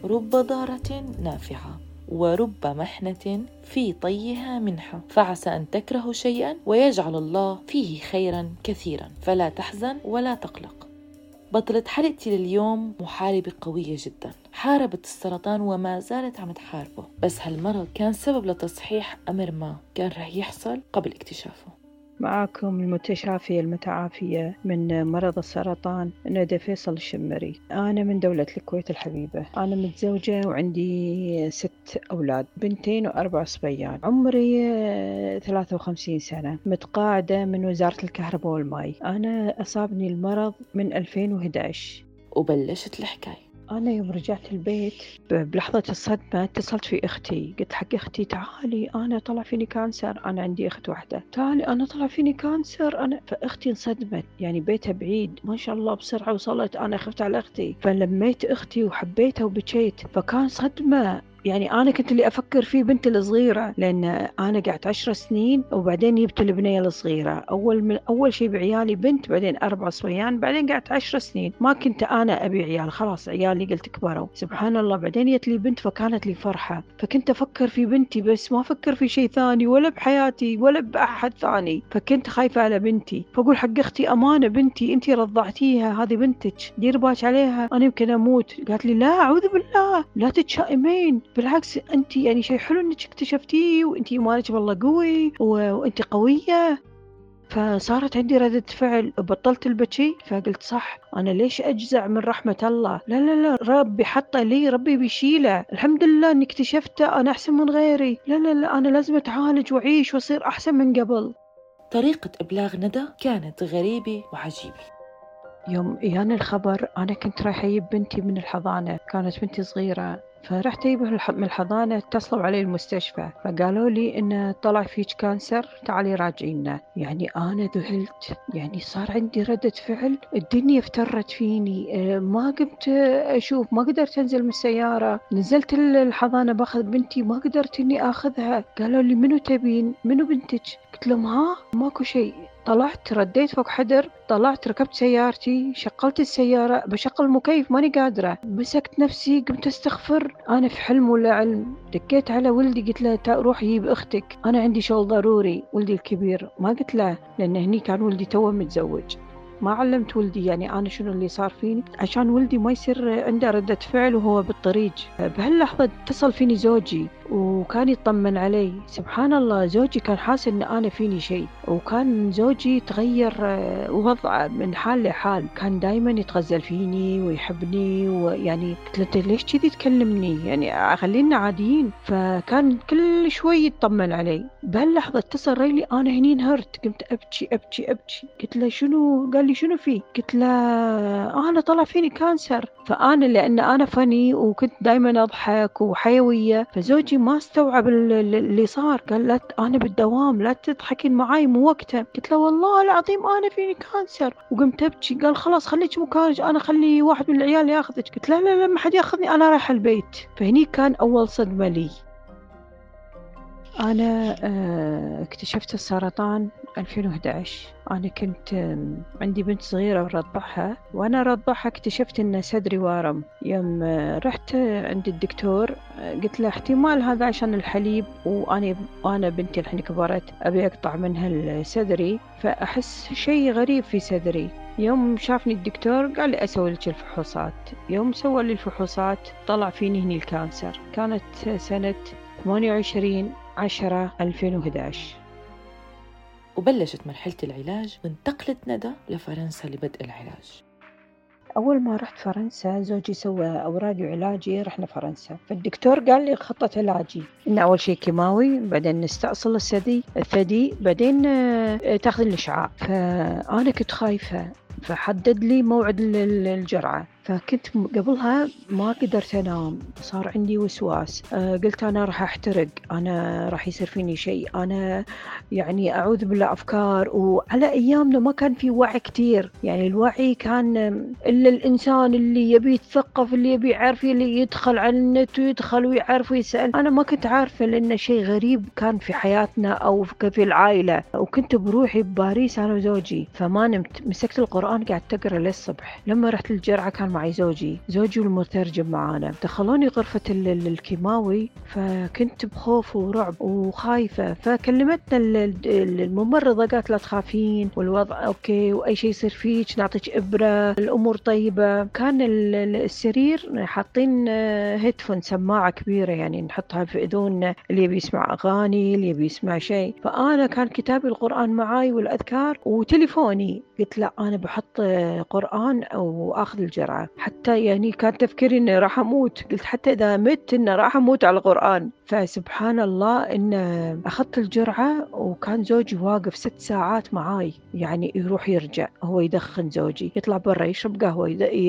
رب ضارة نافعة ورب محنة في طيها منحة، فعسى أن تكرهوا شيئا ويجعل الله فيه خيرا كثيرا، فلا تحزن ولا تقلق. بطلة حلقتي لليوم محاربة قوية جدا، حاربت السرطان وما زالت عم تحاربه، بس هالمرض كان سبب لتصحيح أمر ما كان رح يحصل قبل اكتشافه. معاكم المتشافية المتعافية من مرض السرطان ندى فيصل الشمري. أنا من دولة الكويت الحبيبة. أنا متزوجة وعندي 6 أولاد، 2 و4 صبيان. عمري 53 سنة، متقاعدة من وزارة الكهرباء والماء. أنا أصابني المرض من 2011 وبلشت الحكاية. أنا يوم رجعت البيت بلحظة الصدمة اتصلت في أختي، قلت حق أختي تعالي أنا طلع فيني كانسر. أنا عندي أخت واحدة، تعالي أنا طلع فيني كانسر. فأختي انصدمت، يعني بيتها بعيد ما شاء الله، بسرعة وصلت. أنا خفت على أختي فلميت أختي وحبيتها وبكيت، فكان صدمة. يعني أنا كنت اللي أفكر فيه بنتي الصغيرة، لأن أنا قعدت 10 سنين وبعدين جبت البنية الصغيرة. أول شيء بعيالي بنت، بعدين 4 صبيان، بعدين قعدت 10 سنين ما كنت أنا أبي عيال، خلاص عيالي قلت كبروا سبحان الله. بعدين جت لي بنت فكانت لي فرحة، فكنت أفكر في بنتي بس ما أفكر في شيء ثاني ولا بحياتي ولا بأحد ثاني. فكنت خايفة على بنتي، فأقول حق أختي أمانة بنتي أنتي رضعتيها، هذه بنتك دير بالك عليها، أنا يمكن أموت. قالت لي لا أعوذ بالله لا تتشائمين، بالعكس انت يعني شيء حلو انك اكتشفتيه، وانت ايمانك والله قوي وانت قويه. فصارت عندي ردة فعل، بطلت البكي. فقلت صح، أنا ليش أجزع من رحمة الله؟ لا لا لا، ربي حطه لي، ربي بيشيله. الحمد لله أني اكتشفته، أنا أحسن من غيري. لا لا لا، أنا لازم أتعالج وأعيش وأصير أحسن من قبل. طريقة إبلاغ ندى كانت غريبة وعجيبة. يوم إجاني الخبر أنا كنت رايحة أجيب بنتي من الحضانة، كانت بنتي صغيرة، فرحت أجيبها من الحضانة. اتصلوا علي المستشفى فقالوا لي إنه طلع فيك كانسر، تعالي راجعينا. يعني أنا ذهلت، يعني صار عندي ردة فعل، الدنيا افترت فيني. ما قمت أشوف، ما قدرت أنزل من السيارة. نزلت الحضانة باخذ بنتي، ما قدرت إني أخذها. قالوا لي منو تبين، منو بنتك؟ قلت لهم ها ماكو شيء. طلعت رديت فوق حدر، طلعت ركبت سيارتي، شغلت السيارة، بشغل المكيف ماني قادرة، مسكت نفسي قمت استغفر. أنا في حلم ولا علم. دقيت على ولدي قلت له روح جيب أختك، أنا عندي شغل ضروري. ولدي الكبير ما قلت له، لأن هني كان ولدي توه متزوج، ما علمت ولدي يعني أنا شنو اللي صار فيني، عشان ولدي ما يصير عنده ردة فعل وهو بالطريق. بهاللحظة اتصل فيني زوجي وكان يطمن علي. سبحان الله، زوجي كان حاسس ان انا فيني شيء، وكان زوجي تغير وضعه من حال لحال. كان دايما يتغزل فيني ويحبني، ويعني قلت له انت ليش كذي تكلمني، يعني خلينا عاديين. فكان كل شوي يطمن علي. بهاللحظة اتصل ريلي، انا هني انهرت، قمت ابكي ابكي ابكي. قلت له شنو؟ قال لي شنو فيه؟ قلت له انا طلع فيني كانسر. فانا لان انا فني وكنت دايما اضحك وحيوية، فزوجي ما استوعب اللي صار. قال لا انا بالدوام، لا تضحكين معاي مو وقته. قلت له والله العظيم انا فيني كانسر. وقمت ابكي. قال خلاص خليك مكانك، انا خلي واحد من العيال ياخذك. قلت لا لا لا، ما حد ياخذني، انا رايح البيت. فهني كان اول صدمة لي. أنا اكتشفت السرطان 2011. أنا كنت عندي بنت صغيرة ورضعها، وأنا رضعها اكتشفت إن صدري وارم. يوم رحت عند الدكتور قلت له احتمال هذا عشان الحليب، وأنا بنتي الحين كبرت أبي أقطع منها صدري، فأحس شيء غريب في صدري. يوم شافني الدكتور قال لي أسوي لك الفحوصات. يوم سوى لي الفحوصات طلع فيني هني الكانسر. كانت سنة 28/10/2011. وبلشت مرحلة العلاج، وانتقلت ندى لفرنسا لبدء العلاج. أول ما رحت فرنسا زوجي سوى أوراقي وعلاجي، رحنا فرنسا. فالدكتور قال لي خطة علاجي إن أول شيء كيماوي، بعدين نستأصل الثدي، بعدين تاخذ الإشعاع. فأنا كنت خايفة، فحدد لي موعد الجرعة. فكنت قبلها ما قدرت أنام، صار عندي وسواس. قلت أنا راح أحترق، أنا راح يصير فيني شيء، أنا يعني أعوذ بالله أفكار. وعلى أيامنا ما كان في وعي كتير، يعني الوعي كان إلا الإنسان اللي يبي يتثقف، اللي يبي يعرف، اللي يدخل على النت ويدخل ويعرف ويسأل. أنا ما كنت عارفة، لأن شيء غريب كان في حياتنا أو في العائلة. وكنت بروحي بباريس أنا وزوجي، فما نمت، مسكت القرآن قاعد تقرأ للصبح. لما رحت الجرعة كان كان معي زوجي والمترجم معانا. دخلوني غرفة الكيماوي، فكنت بخوف ورعب وخايفة. فكلمتنا الممرضة، قالت لا تخافين والوضع أوكي وأي شيء يصير فيك نعطيك إبرة، الأمور طيبة. كان السرير حاطين هيدفون، سماعة كبيرة يعني نحطها في أذون اللي يبي يسمع أغاني، اللي يبي يسمع شيء. فأنا كان كتاب القرآن معاي والأذكار وتليفوني. قلت لا، أنا بحط قرآن أو أخذ الجرعة. حتى يعني كان تفكيري إني راح أموت، قلت حتى إذا مت إني راح أموت على القرآن. فسبحان الله إن أخذت الجرعة، وكان زوجي واقف 6 ساعات معاي، يعني يروح يرجع. هو يدخن، زوجي يطلع برا يشرب قهوة،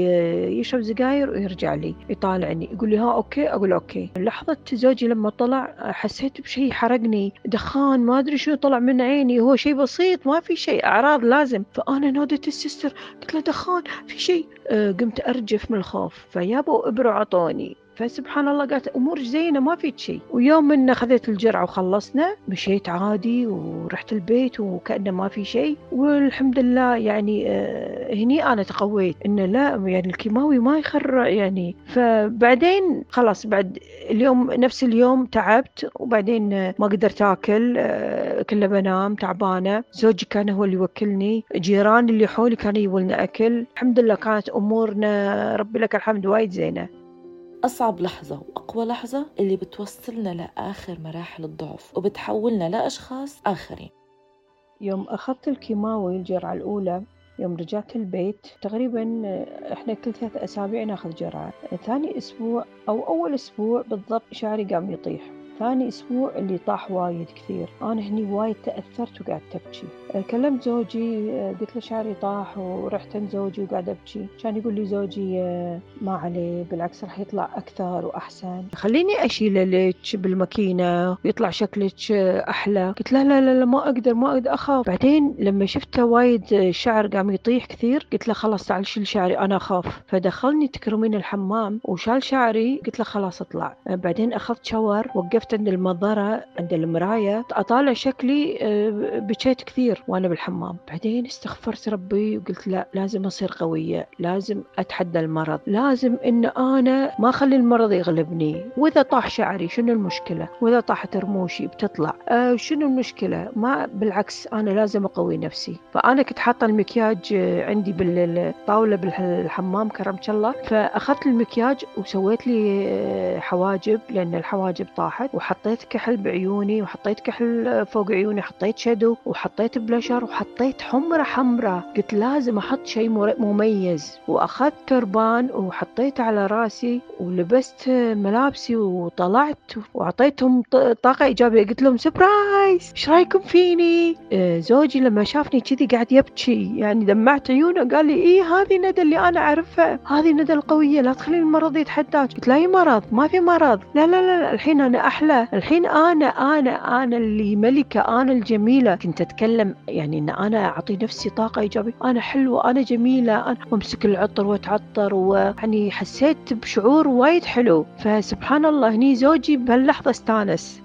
يشرب سجاير ويرجع لي يطالعني يقول لي ها أوكي، أقول أوكي. لحظة زوجي لما طلع حسيت بشيء حرقني، دخان ما أدري شو طلع من عيني، هو شيء بسيط ما في شيء أعراض لازم. فأنا نادت السيستر، قلت له دخان في شيء. قمت أرجف من الخوف، فيابوا إبرة عطوني. فسبحان الله قالت أمورك زينة ما في شيء. ويوم من أخذت الجرعة وخلصنا مشيت عادي ورحت البيت وكأنه ما في شيء، والحمد لله. يعني هني أنا تقويت إنه لا، يعني الكيماوي ما يخر يعني. فبعدين خلاص بعد اليوم نفس اليوم تعبت، وبعدين ما قدرت أكل، كله بنام تعبانة. زوجي كان هو اللي يوكلني، جيراني اللي حولي كانوا يولنا أكل. الحمد لله كانت أمورنا ربي لك الحمد وايد زينة. أصعب لحظة وأقوى لحظة اللي بتوصلنا لآخر مراحل الضعف وبتحولنا لأشخاص آخرين. يوم أخذت الكيماوي الجرعة الأولى، يوم رجعت البيت تقريبا إحنا كل 3 أسابيع ناخذ جرعة. ثاني أسبوع أو أول أسبوع بالضبط شعري قام يطيح. ثاني أسبوع اللي طاح وايد كثير. أنا هني وايد تأثرت وقعدت أبكي. كلمت زوجي، قلت له شعري طاح، ورحت عند زوجي وقاعد أبكي. كان يقول لي زوجي ما عليه، بالعكس راح يطلع أكثر وأحسن، خليني أشيله لك بالماكينة ويطلع شكلك أحلى. قلت لا لا لا, لا ما أقدر أخاف. بعدين لما شفته وايد الشعر قام يطيح كثير، قلت له خلاص تعال شيل شعري أنا أخاف. فدخلني تكرمين الحمام وشال شعري. قلت له خلاص اطلع. بعدين أخذت شاور، وقفت عند المنظرة عند المراية أطالع شكلي، بكيت كثير وأنا بالحمام. بعدين استغفرت ربي وقلت لا، لازم أصير قوية، لازم أتحدى المرض، لازم إن أنا ما أخلي المرض يغلبني. وإذا طاح شعري شنو المشكلة؟ وإذا طاحت رموشي بتطلع شنو المشكلة؟ ما بالعكس أنا لازم أقوي نفسي. فأنا كنت حاطة المكياج عندي بالطاولة بالحمام كرمت الله. فأخذت المكياج وسويت لي حواجب، لأن الحواجب طاحت، وحطيت كحل بعيوني، وحطيت كحل فوق عيوني، حطيت شادو، وحطيت بلاشر، وحطيت حمرة. قلت لازم أحط شيء مميز. وأخذت تربان وحطيت على راسي، ولبست ملابسي وطلعت وعطيتهم طاقة إيجابية. قلت لهم سبرايز، إيش رايكم فيني؟ زوجي لما شافني كذي قاعد يبكي، يعني دمعت عيونه. قال لي إيه هذه ندى اللي أنا أعرفها، هذه ندى القوية، لا تخلي المرض يتحداك. قلت لا أي مرض، ما في مرض، لا لا لا، الحين أنا أحلى، الحين أنا اللي ملكة، أنا الجميلة. كنت أتكلم يعني إن أنا أعطي نفسي طاقة إيجابية، أنا حلوة، أنا جميلة، أنا وأمسك العطر وأتعطر، ويعني حسيت بشعور وايد حلو. فسبحان الله هني زوجي بهاللحظة استانس.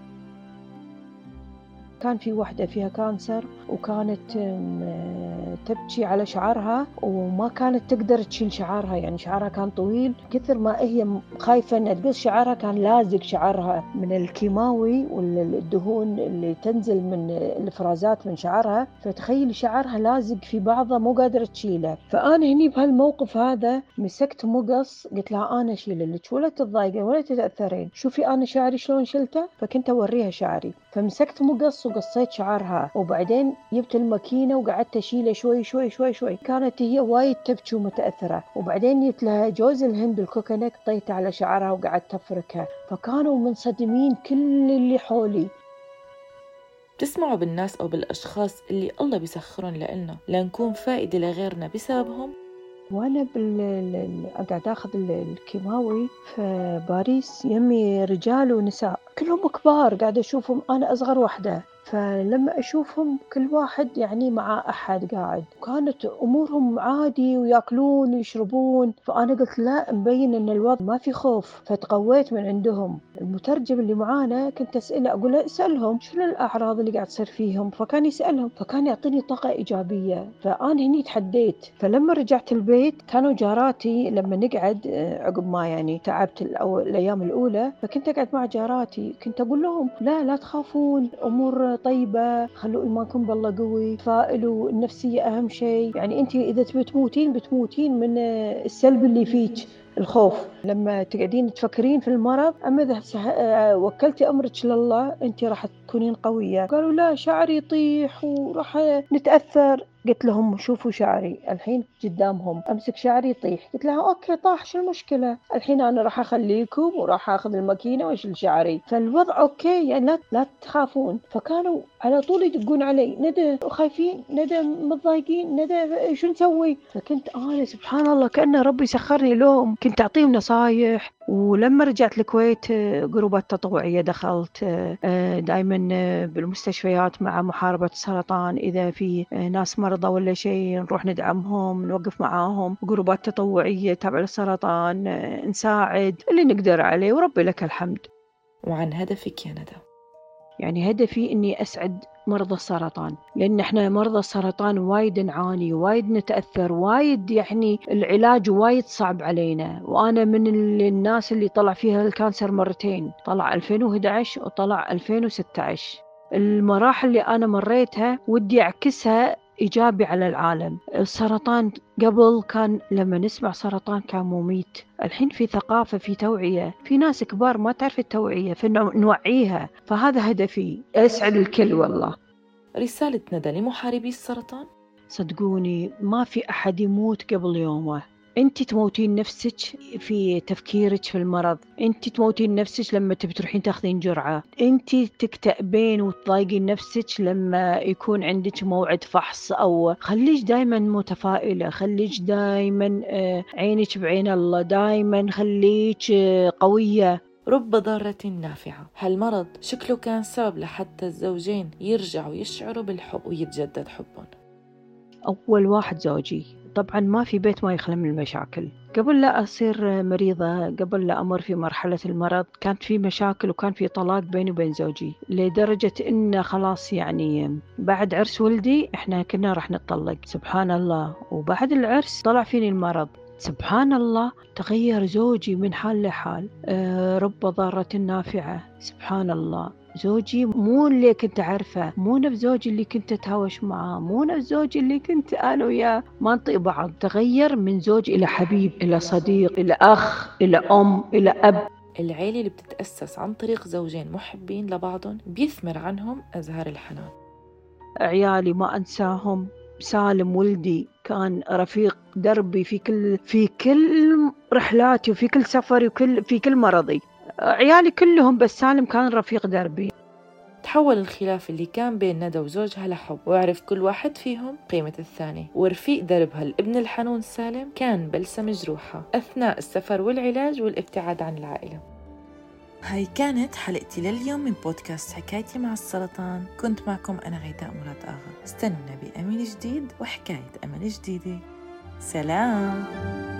كان في واحدة فيها كانسر، وكانت تبكي على شعرها، وما كانت تقدر تشيل شعرها، يعني شعرها كان طويل. كثر ما هي خايفة أن تقص شعرها كان لازق شعرها من الكيماوي والدهون اللي تنزل من الإفرازات من شعرها. فتخيل شعرها لازق في بعضه مو قادرة تشيله. فأنا هني بهالموقف هذا مسكت مقص، قلت لها أنا أشيل لك ولا تتضايقين ولا تتأثرين، شوفي أنا شعري شلون شلته. فكنت أوريها شعري، فمسكت مقص وقصيت شعرها، وبعدين جبت الماكينة وقعدت أشيله شوي شوي شوي شوي. كانت هي وايد تبكي ومتأثرة. وبعدين جبت لها جوز الهند الكوكونات، طيته على شعرها وقعدت أفركها. فكانوا منصدمين كل اللي حولي. تسمعوا بالناس أو بالأشخاص اللي الله بيسخرون لنا لنكون فائدة لغيرنا بسببهم. وأنا قاعد أخذ الكيماوي في باريس، يمي رجال ونساء كلهم كبار، قاعد أشوفهم، أنا أصغر واحدة. فلما أشوفهم كل واحد يعني مع أحد قاعد، كانت أمورهم عادي ويأكلون ويشربون. فأنا قلت لا، مبين إن الوضع ما في خوف، فتقويت من عندهم. المترجم اللي معانا كنت أسأله، أقول له اسألهم شنو الأعراض اللي قاعد تصير فيهم، فكان يسألهم، فكان يعطيني طاقة إيجابية. فأنا هني تحديت. فلما رجعت البيت كانوا جاراتي لما نقعد عقب ما يعني تعبت الأيام الأولى، فكنت أقعد مع جاراتي، كنت أقول لهم لا تخافون، أمور طيبة، خلوا إيمانكم بالله قوي، فائلوا، النفسية أهم شيء. يعني أنت إذا تبي تموتين بتموتين من السلب اللي فيك، الخوف. لما تقعدين تفكرين في المرض، أما إذا وكلتي أمرك لله أنت راح تكونين قوية. قالوا لا، شعري يطيح وراح نتأثر. قلت لهم شوفوا شعري الحين قدامهم، أمسك شعري يطيح. قلت لها أوكي طاح، شو المشكلة؟ الحين أنا راح أخليكم وراح أخذ الماكينة وأشيل شعري، فالوضع أوكي، يعني لا تخافون. فكانوا على طول يدقون علي، ندى خايفين، ندى متضايقين، ندى شو نسوي؟ فكنت أنا سبحان الله كأن ربي سخرني لهم، كنت أعطيهم نصايح. ولما رجعت الكويت جروبات تطوعية دخلت، دائما بالمستشفيات مع محاربة السرطان، إذا في ناس مرضى ولا شيء نروح ندعمهم، نوقف معاهم. جروبات تطوعية تابعة للسرطان، نساعد اللي نقدر عليه، وربي لك الحمد. وعن هدفك يا ندى؟ يعني هدفي إني أسعد مرضى السرطان، لأن إحنا مرضى السرطان وايد نعاني، وايد نتأثر، وايد يعني العلاج وايد صعب علينا. وأنا من الناس اللي طلع فيها الكانسر مرتين، طلع 2011 وطلع 2016. المراحل اللي أنا مريتها ودي أعكسها إيجابي على العالم. السرطان قبل كان لما نسمع سرطان كان مميت، الحين في ثقافة، في توعية، في ناس كبار ما تعرف التوعية فنوعيها. فهذا هدفي، أسعد الكل والله. رسالة ندى لمحاربي السرطان؟ صدقوني ما في أحد يموت قبل يومه. أنت تموتين نفسك في تفكيرك في المرض، أنت تموتين نفسك لما تبي تروحين تاخذين جرعة، أنت تكتئبين وتضايقين نفسك لما يكون عندك موعد فحص. أو خليك دايما متفائلة، خليك دايما عينك بعين الله، دايما خليك قوية. رب ضارة نافعة. هالمرض شكله كان سبب لحتى الزوجين يرجعوا يشعروا بالحب ويتجدد حبهم. أول واحد زوجي، طبعا ما في بيت ما يخلى من المشاكل. قبل لا أصير مريضة، قبل لا أمر في مرحلة المرض، كانت في مشاكل وكان في طلاق بيني وبين زوجي، لدرجة إن خلاص يعني بعد عرس ولدي إحنا كنا راح نتطلق. سبحان الله. وبعد العرس طلع فيني المرض. سبحان الله، تغير زوجي من حال لحال. رب ضارة نافعة. سبحان الله. زوجي مو اللي كنت أعرفه، مو نفس زوجي اللي كنت أتهاوش معاه، مو نفس زوجي اللي كنت أنا وياه ما نطيق بعض. تغير من زوج إلى حبيب، إلى صديق، إلى أخ، إلى أم، إلى أب. العيلة اللي بتتأسس عن طريق زوجين محبين لبعضهم بيثمر عنهم أزهار الحنان. عيالي ما أنساهم. سالم ولدي كان رفيق دربي في كل رحلاتي وفي كل سفري في كل مرضي. عيالي كلهم، بس سالم كان رفيق دربي. تحول الخلاف اللي كان بين ندى وزوجها لحب، وعرف كل واحد فيهم قيمة الثاني. ورفيق دربها الابن الحنون سالم كان بلسم جروحها أثناء السفر والعلاج والابتعاد عن العائلة. هاي كانت حلقتي لليوم من بودكاست حكايتي مع السرطان. كنت معكم أنا غيداء مراد آغا. استنونا بأمل جديد وحكاية أمل جديدة. سلام.